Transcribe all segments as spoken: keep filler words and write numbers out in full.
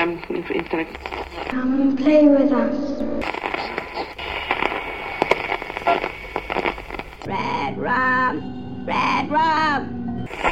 um, intellectual. Come and play with us. Red rum, red rum.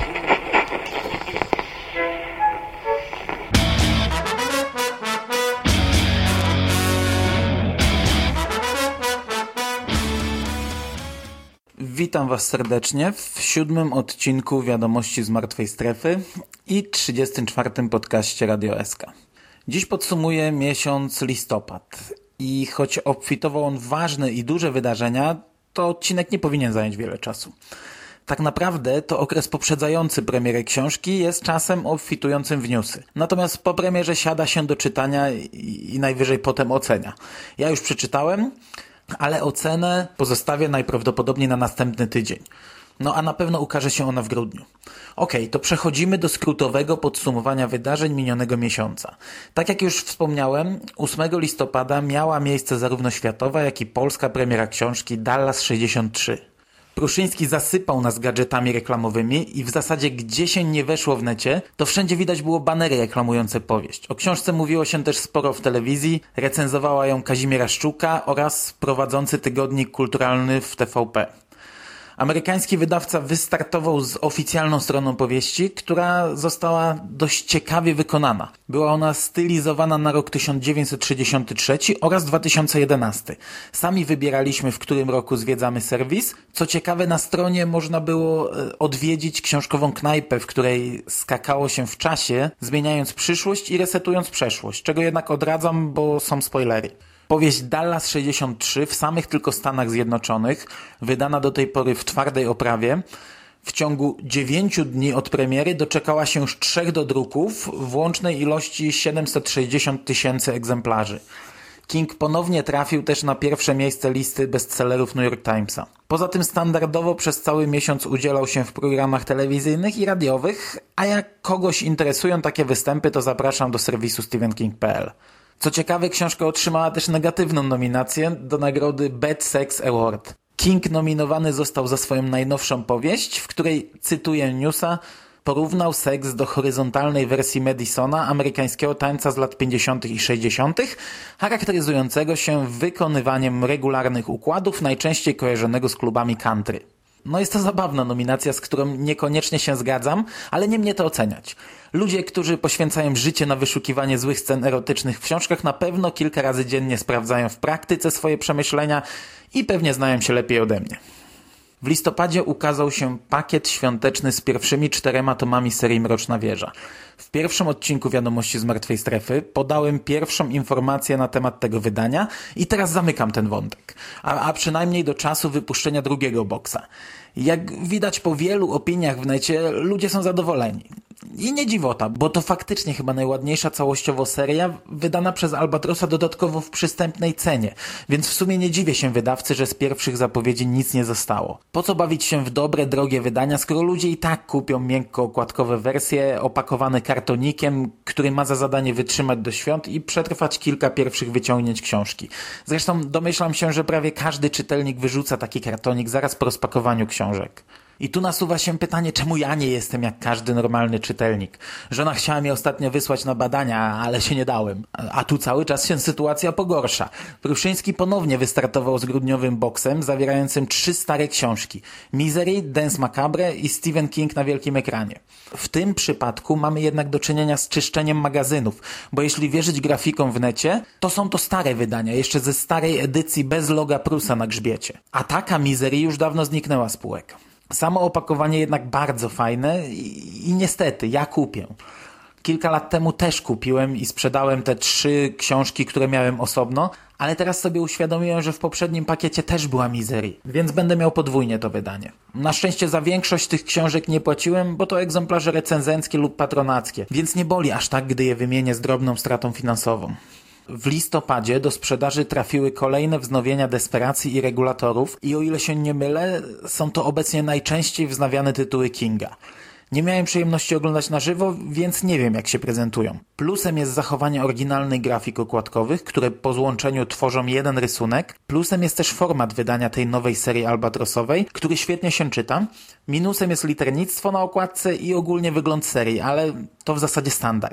Witam Was serdecznie w siódmym odcinku Wiadomości z Martwej Strefy i trzydziestym czwartym podcaście Radio S K. Dziś podsumuję miesiąc listopad i choć obfitował on w ważne i duże wydarzenia, to odcinek nie powinien zająć wiele czasu. Tak naprawdę to okres poprzedzający premierę książki jest czasem obfitującym w newsy. Natomiast po premierze siada się do czytania i, i najwyżej potem ocenia. Ja już przeczytałem, ale ocenę pozostawię najprawdopodobniej na następny tydzień. No a na pewno ukaże się ona w grudniu. Okej, to przechodzimy do skrótowego podsumowania wydarzeń minionego miesiąca. Tak jak już wspomniałem, ósmego listopada miała miejsce zarówno światowa, jak i polska premiera książki Dallas sześćdziesiąt trzy. Pruszyński zasypał nas gadżetami reklamowymi i w zasadzie gdzie się nie weszło w necie, to wszędzie widać było banery reklamujące powieść. O książce mówiło się też sporo w telewizji, recenzowała ją Kazimiera Szczuka oraz prowadzący tygodnik kulturalny w T V P. Amerykański wydawca wystartował z oficjalną stroną powieści, która została dość ciekawie wykonana. Była ona stylizowana na rok tysiąc dziewięćset sześćdziesiąty trzeci oraz dwa tysiące jedenasty. Sami wybieraliśmy, w którym roku zwiedzamy serwis. Co ciekawe, na stronie można było odwiedzić książkową knajpę, w której skakało się w czasie, zmieniając przyszłość i resetując przeszłość, czego jednak odradzam, bo są spoilery. Powieść Dallas sześćdziesiąt trzy w samych tylko Stanach Zjednoczonych, wydana do tej pory w twardej oprawie, w ciągu dziewięciu dni od premiery doczekała się już trzech dodruków w łącznej ilości siedemset sześćdziesiąt tysięcy egzemplarzy. King ponownie trafił też na pierwsze miejsce listy bestsellerów New York Timesa. Poza tym standardowo przez cały miesiąc udzielał się w programach telewizyjnych i radiowych, a jak kogoś interesują takie występy, to zapraszam do serwisu steven king kropka p l. Co ciekawe, książka otrzymała też negatywną nominację do nagrody Bad Sex Award. King nominowany został za swoją najnowszą powieść, w której, cytuję newsa, porównał seks do horyzontalnej wersji Madisona, amerykańskiego tańca z lat pięćdziesiątych i sześćdziesiątych, charakteryzującego się wykonywaniem regularnych układów, najczęściej kojarzonego z klubami country. No jest to zabawna nominacja, z którą niekoniecznie się zgadzam, ale nie mnie to oceniać. Ludzie, którzy poświęcają życie na wyszukiwanie złych scen erotycznych w książkach, na pewno kilka razy dziennie sprawdzają w praktyce swoje przemyślenia i pewnie znają się lepiej ode mnie. W listopadzie ukazał się pakiet świąteczny z pierwszymi czterema tomami serii Mroczna Wieża. W pierwszym odcinku Wiadomości z Martwej Strefy podałem pierwszą informację na temat tego wydania i teraz zamykam ten wątek, a, a przynajmniej do czasu wypuszczenia drugiego boksa. Jak widać po wielu opiniach w necie, ludzie są zadowoleni. I nie dziwota, bo to faktycznie chyba najładniejsza całościowo seria, wydana przez Albatrosa dodatkowo w przystępnej cenie, więc w sumie nie dziwię się wydawcy, że z pierwszych zapowiedzi nic nie zostało. Po co bawić się w dobre, drogie wydania, skoro ludzie i tak kupią miękko-okładkowe wersje opakowane kartonikiem, który ma za zadanie wytrzymać do świąt i przetrwać kilka pierwszych wyciągnięć książki. Zresztą domyślam się, że prawie każdy czytelnik wyrzuca taki kartonik zaraz po rozpakowaniu książek. I tu nasuwa się pytanie, czemu ja nie jestem jak każdy normalny czytelnik. Żona chciała mnie ostatnio wysłać na badania, ale się nie dałem. A tu cały czas się sytuacja pogorsza. Pruszyński ponownie wystartował z grudniowym boksem zawierającym trzy stare książki. Misery, Danse Macabre i Stephen King na wielkim ekranie. W tym przypadku mamy jednak do czynienia z czyszczeniem magazynów, bo jeśli wierzyć grafikom w necie, to są to stare wydania, jeszcze ze starej edycji bez loga Prusa na grzbiecie. A taka Misery już dawno zniknęła z półek. Samo opakowanie jednak bardzo fajne i, i niestety ja kupię. Kilka lat temu też kupiłem i sprzedałem te trzy książki, które miałem osobno, ale teraz sobie uświadomiłem, że w poprzednim pakiecie też była Misery, więc będę miał podwójnie to wydanie. Na szczęście za większość tych książek nie płaciłem, bo to egzemplarze recenzenckie lub patronackie, więc nie boli aż tak, gdy je wymienię z drobną stratą finansową. W listopadzie do sprzedaży trafiły kolejne wznowienia Desperacji i Regulatorów i o ile się nie mylę, są to obecnie najczęściej wznawiane tytuły Kinga. Nie miałem przyjemności oglądać na żywo, więc nie wiem jak się prezentują. Plusem jest zachowanie oryginalnych grafik okładkowych, które po złączeniu tworzą jeden rysunek. Plusem jest też format wydania tej nowej serii albatrosowej, który świetnie się czyta. Minusem jest liternictwo na okładce i ogólnie wygląd serii, ale to w zasadzie standard.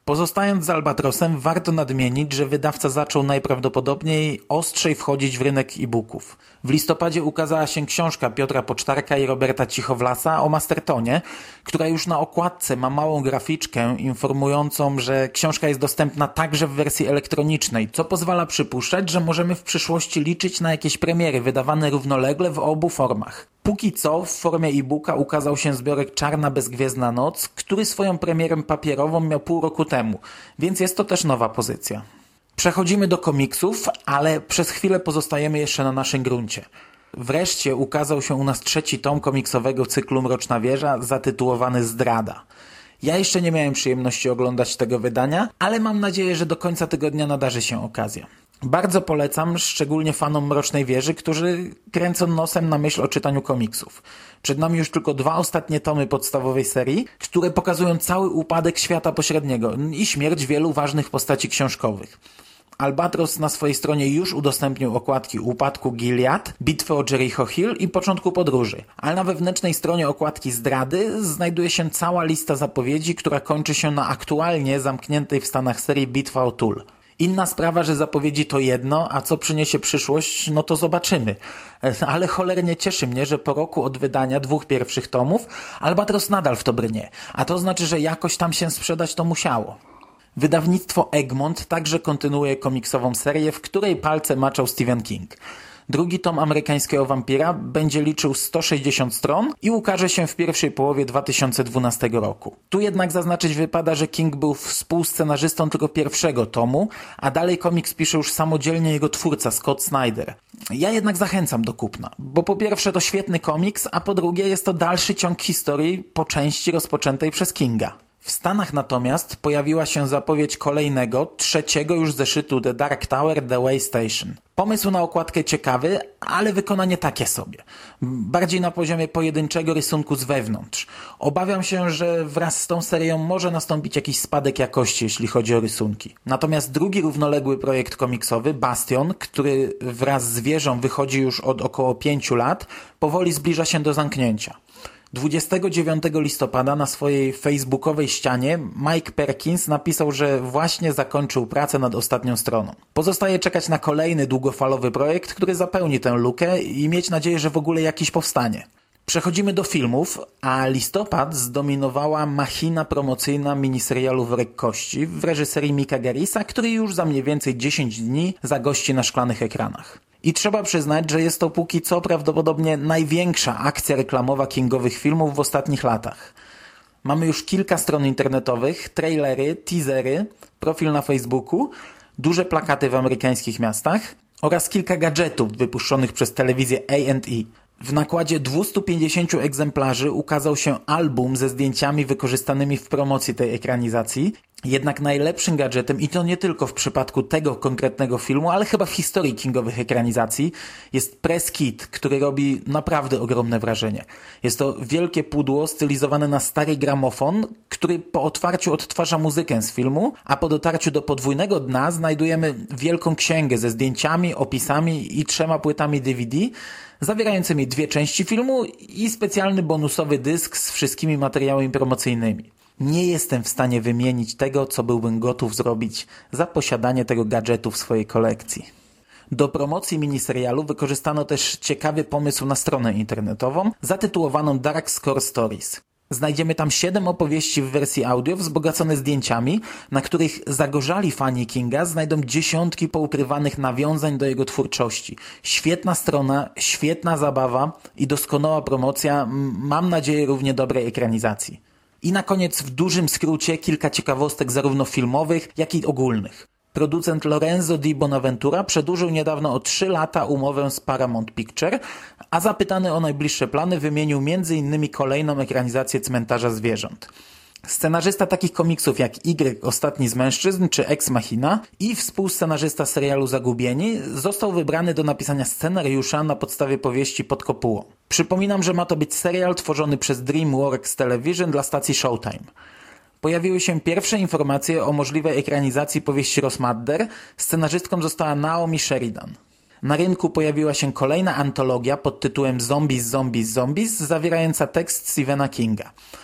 Pozostając z Albatrosem, warto nadmienić, że wydawca zaczął najprawdopodobniej ostrzej wchodzić w rynek e-booków. W listopadzie ukazała się książka Piotra Pocztarka i Roberta Cichowlasa o Mastertonie, która już na okładce ma małą graficzkę informującą, że książka jest dostępna także w wersji elektronicznej, co pozwala przypuszczać, że możemy w przyszłości liczyć na jakieś premiery wydawane równolegle w obu formach. Póki co w formie e-booka ukazał się zbiorek Czarna bezgwiezdna noc, który swoją premierę papierową miał pół roku temu, więc jest to też nowa pozycja. Przechodzimy do komiksów, ale przez chwilę pozostajemy jeszcze na naszym gruncie. Wreszcie ukazał się u nas trzeci tom komiksowego cyklu Mroczna Wieża zatytułowany Zdrada. Ja jeszcze nie miałem przyjemności oglądać tego wydania, ale mam nadzieję, że do końca tygodnia nadarzy się okazja. Bardzo polecam, szczególnie fanom Mrocznej Wieży, którzy kręcą nosem na myśl o czytaniu komiksów. Przed nami już tylko dwa ostatnie tomy podstawowej serii, które pokazują cały upadek świata pośredniego i śmierć wielu ważnych postaci książkowych. Albatros na swojej stronie już udostępnił okładki Upadku Gilead, Bitwy o Jericho Hill i Początku Podróży, ale na wewnętrznej stronie okładki Zdrady znajduje się cała lista zapowiedzi, która kończy się na aktualnie zamkniętej w Stanach serii Bitwa o Toul. Inna sprawa, że zapowiedzi to jedno, a co przyniesie przyszłość, no to zobaczymy. Ale cholernie cieszy mnie, że po roku od wydania dwóch pierwszych tomów Albatros nadal w to brnie, a to znaczy, że jakoś tam się sprzedać to musiało. Wydawnictwo Egmont także kontynuuje komiksową serię, w której palce maczał Stephen King. Drugi tom amerykańskiego wampira będzie liczył sto sześćdziesiąt stron i ukaże się w pierwszej połowie dwa tysiące dwunastego roku. Tu jednak zaznaczyć wypada, że King był współscenarzystą tylko pierwszego tomu, a dalej komiks pisze już samodzielnie jego twórca Scott Snyder. Ja jednak zachęcam do kupna, bo po pierwsze to świetny komiks, a po drugie jest to dalszy ciąg historii po części rozpoczętej przez Kinga. W Stanach natomiast pojawiła się zapowiedź kolejnego, trzeciego już zeszytu The Dark Tower The Way Station. Pomysł na okładkę ciekawy, ale wykonanie takie sobie. Bardziej na poziomie pojedynczego rysunku z wewnątrz. Obawiam się, że wraz z tą serią może nastąpić jakiś spadek jakości, jeśli chodzi o rysunki. Natomiast drugi równoległy projekt komiksowy, Bastion, który wraz z wieżą wychodzi już od około pięciu lat, powoli zbliża się do zamknięcia. dwudziestego dziewiątego listopada na swojej facebookowej ścianie Mike Perkins napisał, że właśnie zakończył pracę nad ostatnią stroną. Pozostaje czekać na kolejny długofalowy projekt, który zapełni tę lukę i mieć nadzieję, że w ogóle jakiś powstanie. Przechodzimy do filmów, a listopad zdominowała machina promocyjna miniserialu Worek Kości w reżyserii Micka Garrisa, który już za mniej więcej dziesięć dni zagości na szklanych ekranach. I trzeba przyznać, że jest to póki co prawdopodobnie największa akcja reklamowa kingowych filmów w ostatnich latach. Mamy już kilka stron internetowych, trailery, teasery, profil na Facebooku, duże plakaty w amerykańskich miastach oraz kilka gadżetów wypuszczonych przez telewizję A and E. W nakładzie dwustu pięćdziesięciu egzemplarzy ukazał się album ze zdjęciami wykorzystanymi w promocji tej ekranizacji. Jednak najlepszym gadżetem, i to nie tylko w przypadku tego konkretnego filmu, ale chyba w historii kingowych ekranizacji, jest press kit, który robi naprawdę ogromne wrażenie. Jest to wielkie pudło stylizowane na stary gramofon, który po otwarciu odtwarza muzykę z filmu, a po dotarciu do podwójnego dna znajdujemy wielką księgę ze zdjęciami, opisami i trzema płytami D V D, zawierającymi dwie części filmu i specjalny bonusowy dysk z wszystkimi materiałami promocyjnymi. Nie jestem w stanie wymienić tego, co byłbym gotów zrobić za posiadanie tego gadżetu w swojej kolekcji. Do promocji miniserialu wykorzystano też ciekawy pomysł na stronę internetową zatytułowaną Dark Score Stories. Znajdziemy tam siedem opowieści w wersji audio wzbogacone zdjęciami, na których zagorzali fani Kinga znajdą dziesiątki poukrywanych nawiązań do jego twórczości. Świetna strona, świetna zabawa i doskonała promocja, mam nadzieję równie dobrej ekranizacji. I na koniec w dużym skrócie kilka ciekawostek zarówno filmowych, jak i ogólnych. Producent Lorenzo Di Bonaventura przedłużył niedawno o trzy lata umowę z Paramount Picture, a zapytany o najbliższe plany wymienił między innymi kolejną ekranizację Cmentarza Zwierząt. Scenarzysta takich komiksów jak Y, Ostatni z mężczyzn czy Ex Machina i współscenarzysta serialu Zagubieni został wybrany do napisania scenariusza na podstawie powieści Pod kopułą. Przypominam, że ma to być serial tworzony przez DreamWorks Television dla stacji Showtime. Pojawiły się pierwsze informacje o możliwej ekranizacji powieści Rossmadder. Scenarzystką została Naomi Sheridan. Na rynku pojawiła się kolejna antologia pod tytułem Zombies, Zombies, Zombies, zawierająca tekst Stephena Kinga.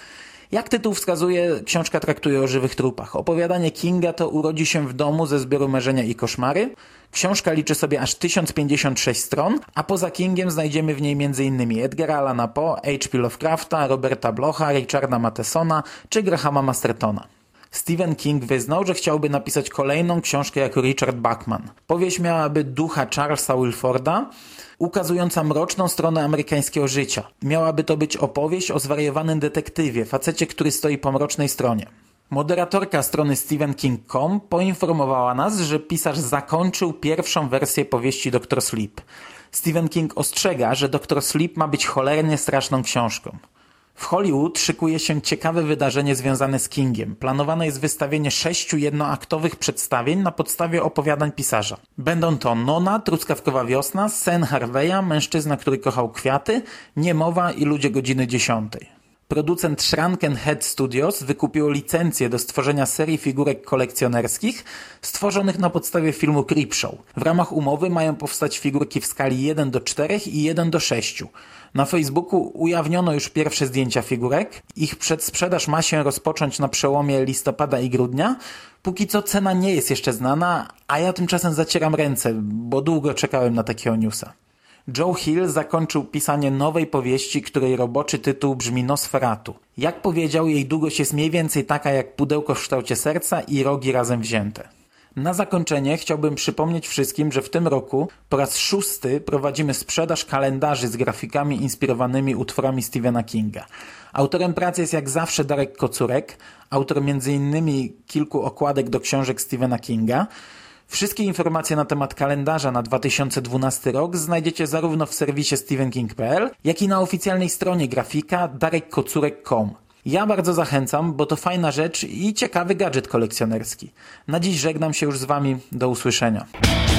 Jak tytuł wskazuje, książka traktuje o żywych trupach. Opowiadanie Kinga to Urodzi się w domu ze zbioru Marzenia i koszmary. Książka liczy sobie aż tysiąc pięćdziesiąt sześć stron, a poza Kingiem znajdziemy w niej m.in. Edgara Allana Poe, H P Lovecrafta, Roberta Blocha, Richarda Mathesona czy Grahama Mastertona. Stephen King wyznał, że chciałby napisać kolejną książkę jako Richard Bachman. Powieść miałaby ducha Charlesa Wilforda, ukazująca mroczną stronę amerykańskiego życia. Miałaby to być opowieść o zwariowanym detektywie, facecie, który stoi po mrocznej stronie. Moderatorka strony stephen king kropka com poinformowała nas, że pisarz zakończył pierwszą wersję powieści doktor Sleep. Stephen King ostrzega, że doktor Sleep ma być cholernie straszną książką. W Hollywood szykuje się ciekawe wydarzenie związane z Kingiem. Planowane jest wystawienie sześciu jednoaktowych przedstawień na podstawie opowiadań pisarza. Będą to Nona, Truskawkowa wiosna, Sen Harveya, Mężczyzna, który kochał kwiaty, Niemowa i Ludzie godziny dziesiątej. Producent Shrunken Head Studios wykupił licencję do stworzenia serii figurek kolekcjonerskich stworzonych na podstawie filmu Creepshow. W ramach umowy mają powstać figurki w skali jeden do czterech i jeden do sześciu. Na Facebooku ujawniono już pierwsze zdjęcia figurek. Ich przedsprzedaż ma się rozpocząć na przełomie listopada i grudnia. Póki co cena nie jest jeszcze znana, a ja tymczasem zacieram ręce, bo długo czekałem na takiego newsa. Joe Hill zakończył pisanie nowej powieści, której roboczy tytuł brzmi Nosferatu. Jak powiedział, jej długość jest mniej więcej taka jak pudełko w kształcie serca i rogi razem wzięte. Na zakończenie chciałbym przypomnieć wszystkim, że w tym roku po raz szósty prowadzimy sprzedaż kalendarzy z grafikami inspirowanymi utworami Stephena Kinga. Autorem pracy jest jak zawsze Darek Kocurek, autor między innymi kilku okładek do książek Stephena Kinga. Wszystkie informacje na temat kalendarza na dwa tysiące dwunasty rok znajdziecie zarówno w serwisie stephen king kropka p l, jak i na oficjalnej stronie grafika darek kocurek kropka com. Ja bardzo zachęcam, bo to fajna rzecz i ciekawy gadżet kolekcjonerski. Na dziś żegnam się już z Wami. Do usłyszenia.